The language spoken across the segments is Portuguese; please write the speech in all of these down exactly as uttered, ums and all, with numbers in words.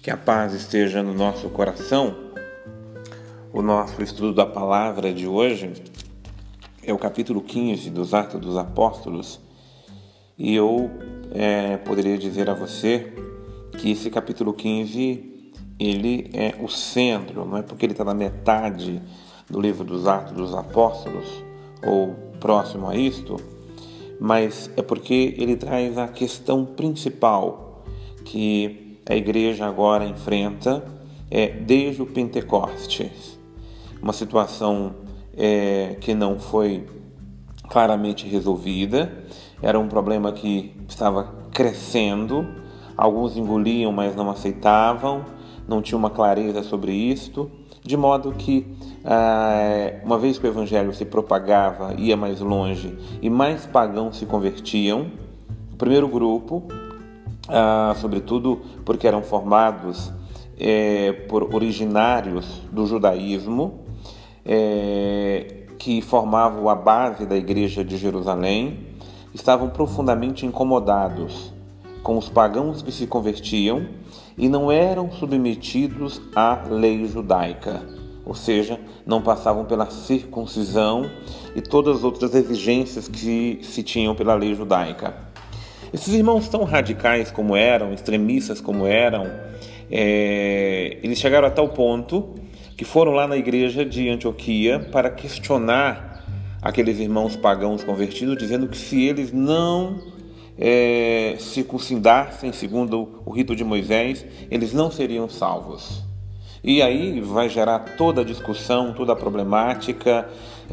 Que a paz esteja no nosso coração. O nosso estudo da palavra de hoje é o capítulo quinze dos Atos dos Apóstolos. E eu é, poderia dizer a você que esse capítulo quinze, ele é o centro, não é porque ele está na metade do livro dos Atos dos Apóstolos, ou próximo a isto, mas é porque ele traz a questão principal que a igreja agora enfrenta é, desde o Pentecostes. Uma situação é, que não foi claramente resolvida, era um problema que estava crescendo, alguns engoliam, mas não aceitavam, não tinha uma clareza sobre isto, de modo que, ah, uma vez que o evangelho se propagava, ia mais longe e mais pagãos se convertiam, o primeiro grupo, Ah, sobretudo porque eram formados é, por originários do judaísmo, é, que formavam a base da igreja de Jerusalém, estavam profundamente incomodados com os pagãos que se convertiam e não eram submetidos à lei judaica, ou seja, não passavam pela circuncisão e todas as outras exigências que se tinham pela lei judaica. Esses irmãos tão radicais como eram, extremistas como eram, é, eles chegaram a tal ponto que foram lá na igreja de Antioquia para questionar aqueles irmãos pagãos convertidos, dizendo que se eles não é, circuncidassem segundo o rito de Moisés, eles não seriam salvos. E aí vai gerar toda a discussão, toda a problemática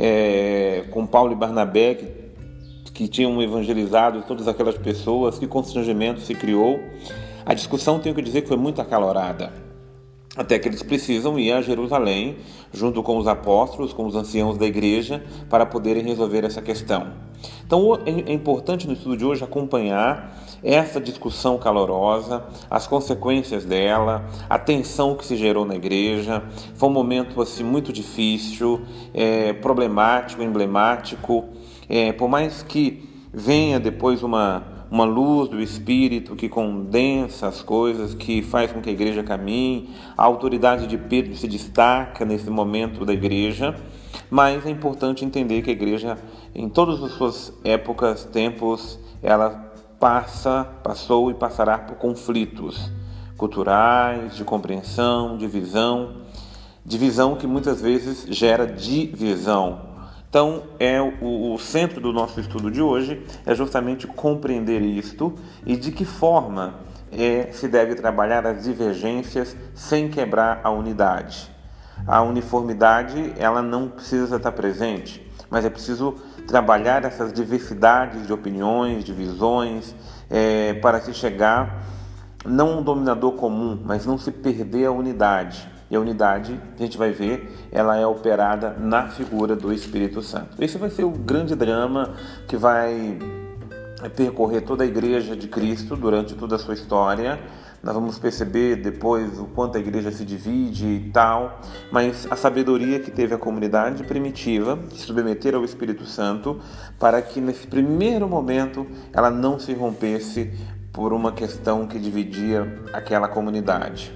é, com Paulo e Barnabé, que que tinham evangelizado todas aquelas pessoas, que constrangimento se criou. A discussão, tenho que dizer, que foi muito acalorada, até que eles precisam ir a Jerusalém, junto com os apóstolos, com os anciãos da igreja, para poderem resolver essa questão. Então, é importante no estudo de hoje acompanhar essa discussão calorosa, as consequências dela, a tensão que se gerou na igreja. Foi um momento assim, muito difícil, é, problemático, emblemático. É, por mais que venha depois uma, uma luz do Espírito que condensa as coisas, que faz com que a igreja caminhe, a autoridade de Pedro se destaca nesse momento da igreja, mas é importante entender que a igreja, em todas as suas épocas, tempos, ela passa, passou e passará por conflitos culturais, de compreensão, de visão, divisão que muitas vezes gera divisão. Então, é o, o centro do nosso estudo de hoje é justamente compreender isto e de que forma é, se deve trabalhar as divergências sem quebrar a unidade. A uniformidade, ela não precisa estar presente, mas é preciso trabalhar essas diversidades de opiniões, de visões, é, para se chegar não a um dominador comum, mas não se perder a unidade. E a unidade, a gente vai ver, ela é operada na figura do Espírito Santo. Esse vai ser o grande drama que vai percorrer toda a igreja de Cristo durante toda a sua história. Nós vamos perceber depois o quanto a igreja se divide e tal, mas a sabedoria que teve a comunidade primitiva de submeter ao Espírito Santo para que nesse primeiro momento ela não se rompesse por uma questão que dividia aquela comunidade.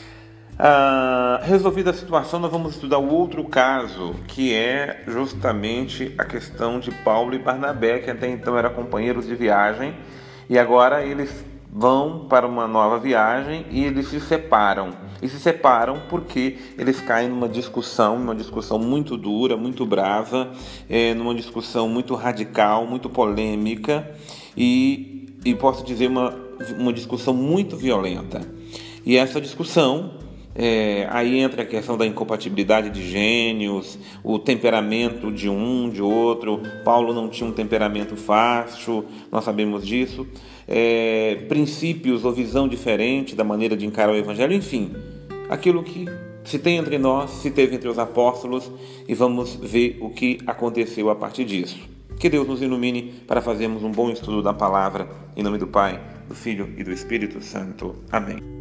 Ah, resolvida a situação, nós vamos estudar o outro caso, que é justamente a questão de Paulo e Barnabé, que até então eram companheiros de viagem, e agora eles vão para uma nova viagem e eles se separam. E se separam porque eles caem numa discussão, uma discussão muito dura, muito brava, é, numa discussão muito radical, muito polêmica e, e posso dizer uma, uma discussão muito violenta. E essa discussão, É, aí entra a questão da incompatibilidade de gênios, o temperamento de um, de outro. Paulo não tinha um temperamento fácil, nós sabemos disso. É, princípios ou visão diferente da maneira de encarar o Evangelho, enfim, aquilo que se tem entre nós, se teve entre os apóstolos, e vamos ver o que aconteceu a partir disso. Que Deus nos ilumine para fazermos um bom estudo da palavra, em nome do Pai, do Filho e do Espírito Santo. Amém.